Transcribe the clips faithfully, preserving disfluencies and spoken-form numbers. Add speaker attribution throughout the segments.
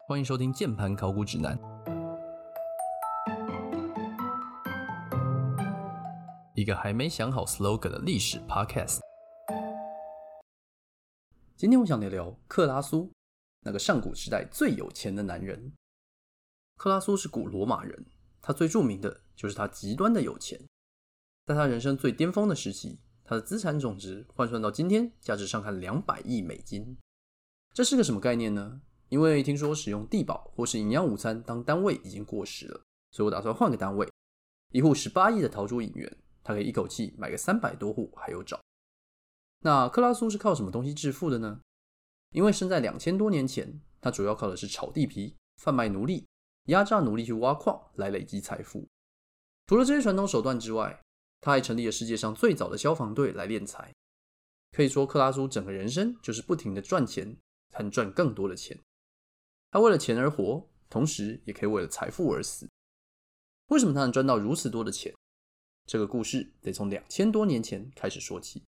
Speaker 1: 欢迎收听键盘考古指南，一个还没想好 slogan 的历史 podcast。今天我想聊聊克拉苏，那个上古时代最有钱的男人。克拉苏是古罗马人，他最著名的就是他极端的有钱。在他人生最巅峰的时期，他的资产总值换算到今天价值上看两百亿美金。这是个什么概念呢？因为听说使用地堡或是营养午餐当单位已经过时了，所以我打算换个单位。一户十八亿的陶朱影园，他可以一口气买个三百多户还有找。那克拉苏是靠什么东西致富的呢？因为生在两千多年前，他主要靠的是炒地皮、贩卖奴隶、压榨奴隶去挖矿来累积财富。除了这些传统手段之外，他还成立了世界上最早的消防队来敛财。可以说克拉苏整个人生就是不停的赚钱，才能赚更多的钱。他为了钱而活，同时也可以为了财富而死。为什么他能赚到如此多的钱？这个故事得从两千多年前开始说起。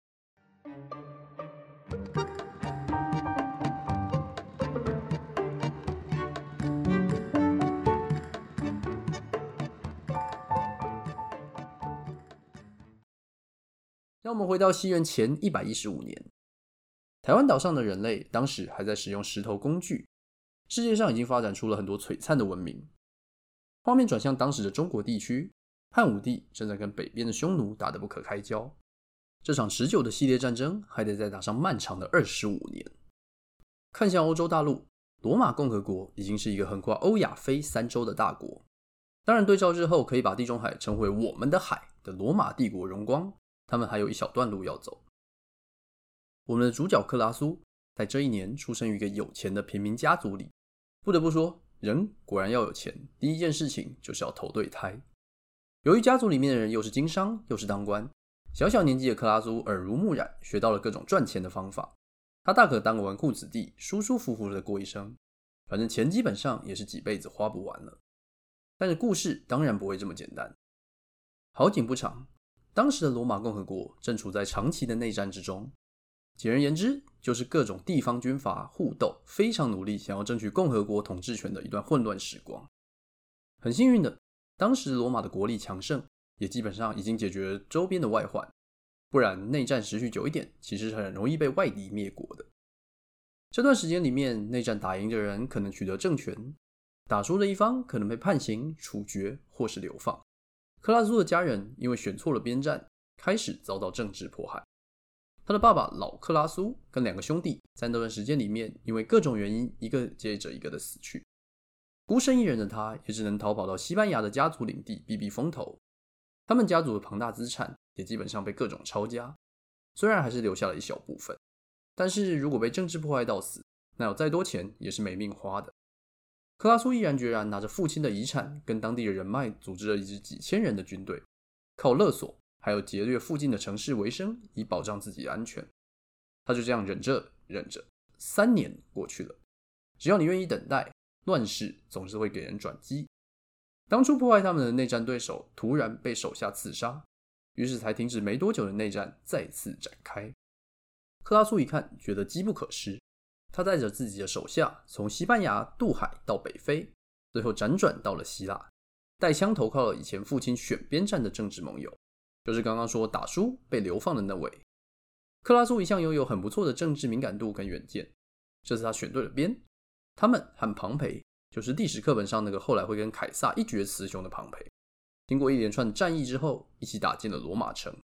Speaker 1: 让我们回到西元前一百一十五年，台湾岛上的人类当时还在使用石头工具，世界上已经发展出了很多璀璨的文明。画面转向当时的中国地区，汉武帝正在跟北边的匈奴打得不可开交。这场持久的系列战争还得再打上漫长的二十五年。看向欧洲大陆，罗马共和国已经是一个横跨欧亚非三洲的大国。当然对照日后可以把地中海称为我们的海的罗马帝国荣光，他们还有一小段路要走。我们的主角克拉苏在这一年出生于一个有钱的平民家族里。不得不说，人果然要有钱，第一件事情就是要投对胎。由于家族里面的人又是经商又是当官，小小年纪的克拉苏耳濡目染，学到了各种赚钱的方法。他大可当个纨绔子弟，舒舒服服的过一生，反正钱基本上也是几辈子花不完了。但是故事当然不会这么简单。好景不长，当时的罗马共和国正处在长期的内战之中。简而言之，就是各种地方军阀互斗，非常努力想要争取共和国统治权的一段混乱时光。很幸运的，当时罗马的国力强盛，也基本上已经解决了周边的外患，不然内战持续久一点，其实是很容易被外敌灭国的。这段时间里面，内战打赢的人可能取得政权，打输的一方可能被判刑、处决或是流放。克拉苏的家人因为选错了边站，开始遭到政治迫害。他的爸爸老克拉苏跟两个兄弟在那段时间里面因为各种原因一个接着一个的死去。孤身一人的他也只能逃跑到西班牙的家族领地避避风头。他们家族的庞大资产也基本上被各种抄家，虽然还是留下了一小部分，但是如果被政治迫害到死，那有再多钱也是没命花的。克拉苏毅然决然拿着父亲的遗产跟当地的人脉组织了一支几千人的军队，靠勒索还有劫掠附近的城市为生，以保障自己的安全。他就这样忍着忍着，三年过去了。只要你愿意等待，乱世总是会给人转机。当初迫害他们的内战对手突然被手下刺杀，于是才停止没多久的内战再次展开。克拉苏一看觉得机不可失，他带着自己的手下从西班牙渡海到北非，最后辗转到了希腊，带枪投靠了以前父亲选边站的政治盟友，就是刚刚说打输被流放的那位。克拉苏一向拥有很不错的政治敏感度跟远见，这次他选对了边。他们和庞培，就是历史课本上那个后来会跟凯撒一决雌雄的庞培，经过一连串的战役之后，一起打进了罗马城。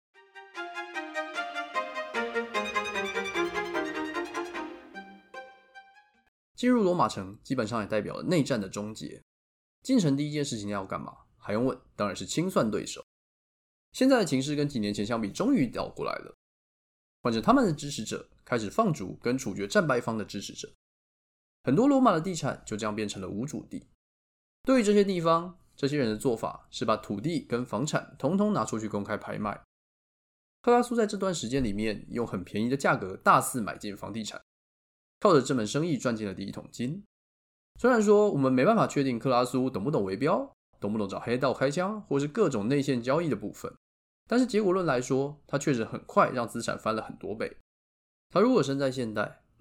Speaker 1: 进入罗马城基本上也代表了内战的终结。进城第一件事情要干嘛？还用问？当然是清算对手。现在的情势跟几年前相比终于倒过来了，换成他们的支持者开始放逐跟处决战败方的支持者。很多罗马的地产就这样变成了无主地。对于这些地方，这些人的做法是把土地跟房产统统拿出去公开拍卖。克拉苏在这段时间里面用很便宜的价格大肆买进房地产，靠着这门生意赚进了第一桶金。虽然说我们没办法确定克拉苏懂不懂围标，懂不懂找黑道开枪，或是各种内线交易的部分，但是结果论来说，他确实很快让资产翻了很多倍。他如果身在现代，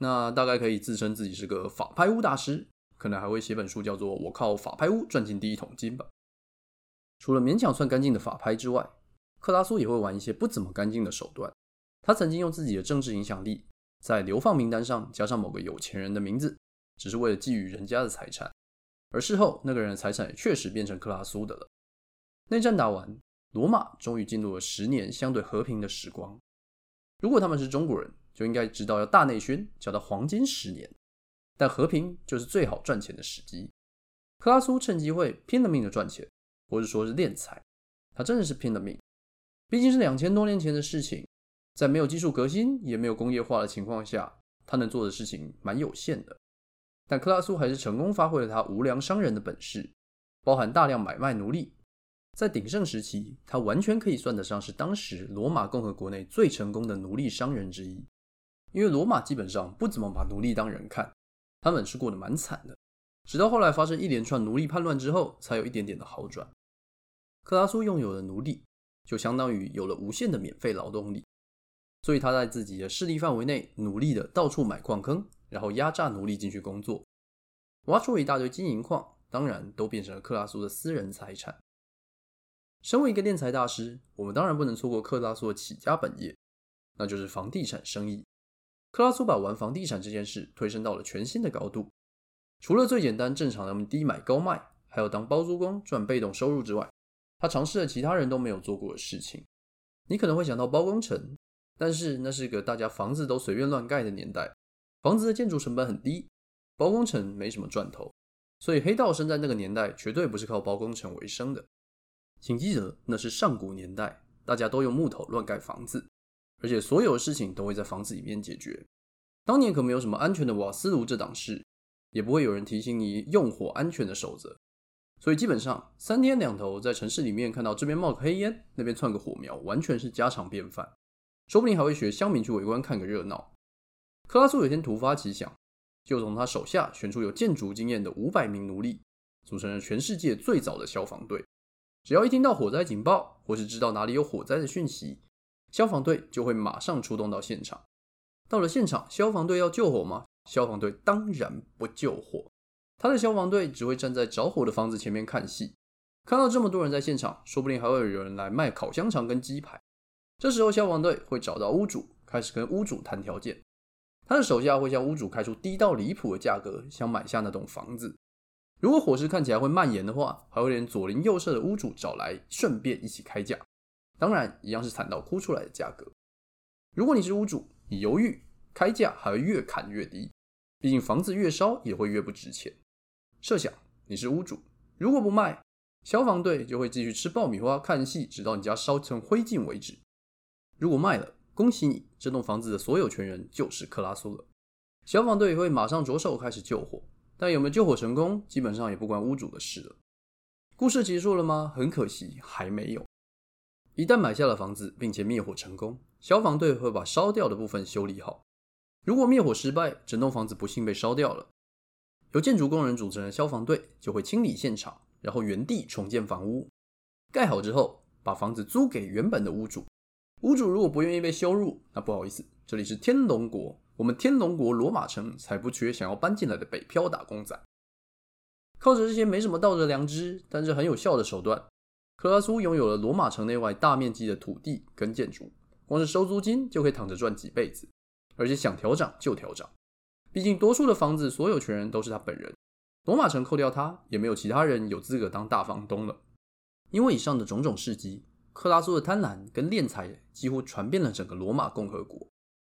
Speaker 1: 那大概可以自称自己是个法拍屋大师，可能还会写本书叫做《我靠法拍屋赚进第一桶金》吧。除了勉强算干净的法拍之外，克拉苏也会玩一些不怎么干净的手段。他曾经用自己的政治影响力，在流放名单上加上某个有钱人的名字，只是为了觊觎人家的财产。而事后，那个人的财产也确实变成克拉苏的了。内战打完，罗马终于进入了十年相对和平的时光。如果他们是中国人，就应该知道要大内宣，叫它黄金十年。但和平就是最好赚钱的时机。克拉苏趁机会拼了命的赚钱，或者说是敛财。他真的是拼了命，毕竟是两千多年前的事情，在没有技术革新也没有工业化的情况下，他能做的事情蛮有限的。但克拉苏还是成功发挥了他无良商人的本事，包含大量买卖奴隶。在鼎盛时期，他完全可以算得上是当时罗马共和国内最成功的奴隶商人之一。因为罗马基本上不怎么把奴隶当人看，他们是过得蛮惨的，直到后来发生一连串奴隶叛乱之后，才有一点点的好转。克拉苏拥有了奴隶，就相当于有了无限的免费劳动力，所以他在自己的势力范围内努力的到处买矿坑，然后压榨奴隶进去工作，挖出了一大堆金银矿，当然都变成了克拉苏的私人财产。身为一个敛财大师，我们当然不能错过克拉苏的起家本业，那就是房地产生意。克拉苏把玩房地产这件事推升到了全新的高度，除了最简单正常的低买高卖，还有当包租公赚被动收入之外，他尝试了其他人都没有做过的事情。你可能会想到包工程，但是那是个大家房子都随便乱盖的年代，房子的建筑成本很低，包工程没什么赚头，所以黑道生在那个年代绝对不是靠包工程为生的。请记得，那是上古年代，大家都用木头乱盖房子，而且所有的事情都会在房子里面解决。当年可没有什么安全的瓦斯炉这档事，也不会有人提醒你用火安全的守则，所以基本上三天两头在城市里面看到这边冒个黑烟，那边窜个火苗，完全是家常便饭，说不定还会学乡民去围观看个热闹。克拉苏有一天突发奇想，就从他手下选出有建筑经验的五百名奴隶，组成了全世界最早的消防队。只要一听到火灾警报，或是知道哪里有火灾的讯息，消防队就会马上出动到现场。到了现场，消防队要救火吗？消防队当然不救火，他的消防队只会站在着火的房子前面看戏。看到这么多人在现场，说不定还会有人来卖烤香肠跟鸡排。这时候消防队会找到屋主，开始跟屋主谈条件。他的手下会向屋主开出低到离谱的价格，想买下那栋房子。如果火势看起来会蔓延的话，还会连左邻右舍的屋主找来，顺便一起开价。当然，一样是惨到哭出来的价格。如果你是屋主，你犹豫，开价还会越砍越低，毕竟房子越烧也会越不值钱。设想你是屋主，如果不卖，消防队就会继续吃爆米花看戏，直到你家烧成灰烬为止。如果卖了，恭喜你，这栋房子的所有权人就是克拉苏了。消防队会马上着手开始救火，但有没有救火成功，基本上也不关屋主的事了。故事结束了吗？很可惜，还没有。一旦买下了房子，并且灭火成功，消防队会把烧掉的部分修理好。如果灭火失败，整栋房子不幸被烧掉了，由建筑工人组成的消防队就会清理现场，然后原地重建房屋。盖好之后，把房子租给原本的屋主。屋主如果不愿意被羞辱，那不好意思，这里是天龙国，我们天龙国罗马城才不缺想要搬进来的北漂打工仔。靠着这些没什么道德良知，但是很有效的手段，克拉苏拥有了罗马城内外大面积的土地跟建筑，光是收租金就可以躺着赚几辈子，而且想调涨就调涨。毕竟多数的房子所有权人都是他本人，罗马城扣掉他，也没有其他人有资格当大房东了。因为以上的种种事迹，克拉苏的贪婪跟敛财几乎传遍了整个罗马共和国。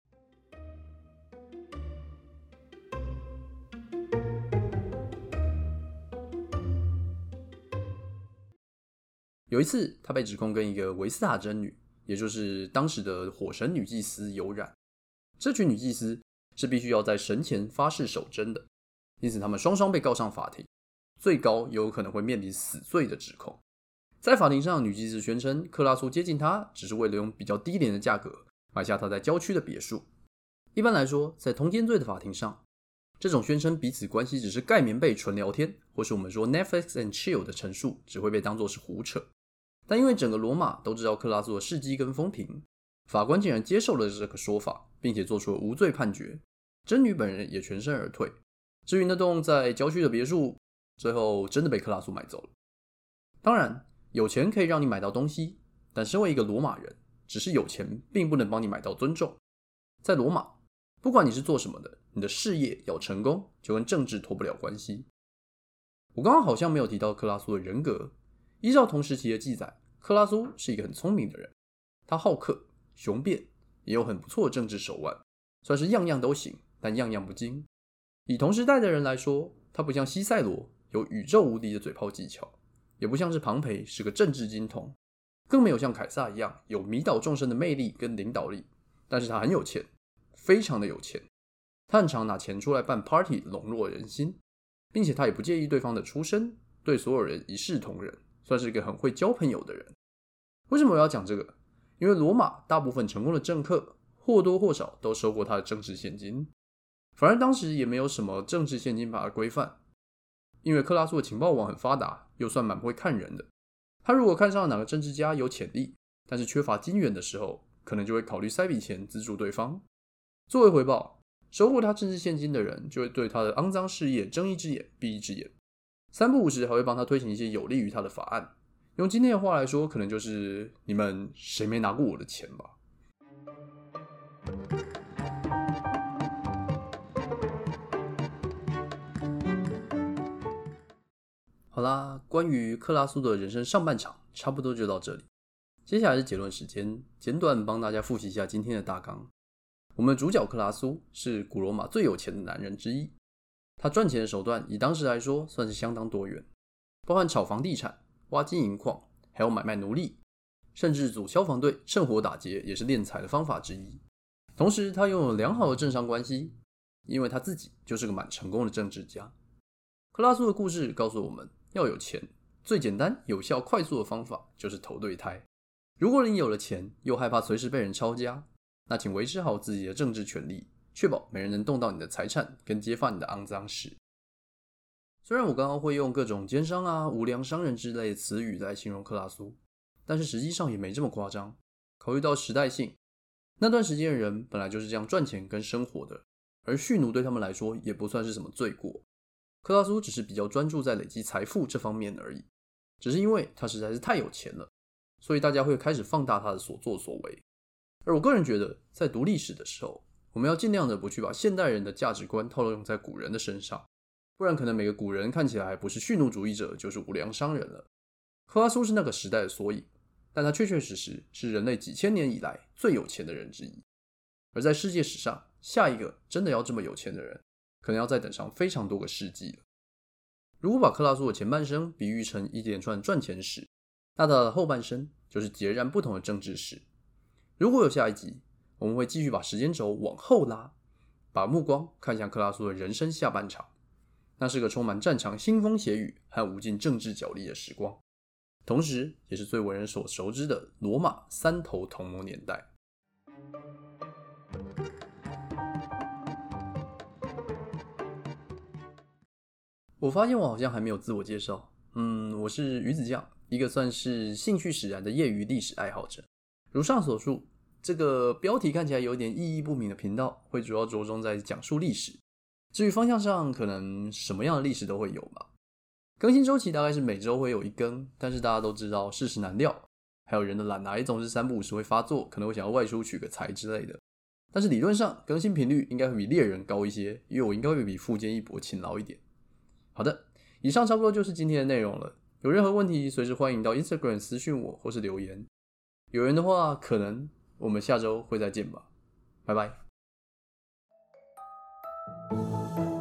Speaker 1: 有一次，他被指控跟一个维斯塔真女，也就是当时的火神女祭司有染。这群女祭司是必须要在神前发誓守贞的，因此他们双双被告上法庭，最高也有可能会面临死罪的指控。在法庭上，女祭司宣称克拉苏接近她只是为了用比较低廉的价格买下她在郊区的别墅。一般来说，在通奸罪的法庭上，这种宣称彼此关系只是盖棉被纯聊天，或是我们说 Netflix and chill 的陈述，只会被当作是胡扯。但因为整个罗马都知道克拉苏的事迹跟风评，法官竟然接受了这个说法，并且做出了无罪判决， 真女本人也全身而退。至于那栋在郊区的别墅，最后真的被克拉苏买走了。当然，有钱可以让你买到东西，但身为一个罗马人，只是有钱并不能帮你买到尊重。在罗马，不管你是做什么的，你的事业要成功，就跟政治脱不了关系。我刚刚好像没有提到克拉苏的人格。依照同时期的记载，克拉苏是一个很聪明的人，他好客、雄辩，也有很不错的政治手腕，算是样样都行，但样样不精。以同时代的人来说，他不像西塞罗有宇宙无敌的嘴炮技巧，也不像是庞培是个政治精通，更没有像凯撒一样有迷倒众生的魅力跟领导力。但是他很有钱，非常的有钱，他很常拿钱出来办 party 笼络人心，并且他也不介意对方的出身，对所有人一视同仁，算是一个很会交朋友的人。为什么我要讲这个？因为罗马大部分成功的政客或多或少都收过他的政治现金，反而当时也没有什么政治现金法的规范。因为克拉苏的情报网很发达，又算蛮会看人的，他如果看上哪个政治家有潜力，但是缺乏金源的时候，可能就会考虑塞笔钱资助对方。作为回报，收获他政治现金的人就会对他的肮脏事业睁一只眼闭一只眼，三不五时还会帮他推行一些有利于他的法案。用今天的话来说，可能就是你们谁没拿过我的钱吧。好啦，关于克拉苏的人生上半场差不多就到这里，接下来是结论时间，简短帮大家复习一下今天的大纲。我们的主角克拉苏是古罗马最有钱的男人之一，他赚钱的手段以当时来说算是相当多元，包含炒房地产、挖金银矿，还有买卖奴隶，甚至组消防队趁火打劫也是敛财的方法之一。同时他拥有良好的政商关系，因为他自己就是个蛮成功的政治家。克拉苏的故事告诉我们，要有钱，最简单、有效、快速的方法就是投对胎。如果你有了钱，又害怕随时被人抄家，那请维持好自己的政治权利，确保没人能动到你的财产跟揭发你的肮脏事。虽然我刚刚会用各种奸商啊、无良商人之类的词语来形容克拉苏，但是实际上也没这么夸张。考虑到时代性，那段时间的人本来就是这样赚钱跟生活的，而蓄奴对他们来说也不算是什么罪过。克拉苏只是比较专注在累积财富这方面而已，只是因为他实在是太有钱了，所以大家会开始放大他的所作所为。而我个人觉得，在读历史的时候，我们要尽量的不去把现代人的价值观套用在古人的身上，不然可能每个古人看起来不是蓄奴主义者就是无良商人了。克拉苏是那个时代的缩影，但他确确实实是人类几千年以来最有钱的人之一。而在世界史上，下一个真的要这么有钱的人，可能要再等上非常多个世纪了。如果把克拉苏的前半生比喻成一连串赚钱史，那他的后半生就是截然不同的政治史。如果有下一集，我们会继续把时间轴往后拉，把目光看向克拉苏的人生下半场。那是个充满战场腥风血雨和无尽政治角力的时光，同时也是最为人所熟知的罗马三头同盟年代。我发现我好像还没有自我介绍，嗯，我是鱼子酱，一个算是兴趣使然的业余历史爱好者。如上所述，这个标题看起来有点意义不明的频道，会主要着重在讲述历史。至于方向上，可能什么样的历史都会有吧。更新周期大概是每周会有一更，但是大家都知道世事难料，还有人的懒癌总是三不五时会发作，可能会想要外出取个材之类的。但是理论上更新频率应该会比猎人高一些，因为我应该会比富坚义博勤劳一点。好的，以上差不多就是今天的内容了。有任何问题，随时欢迎到 Instagram 私讯我或是留言。有人的话，可能我们下周会再见吧。拜拜。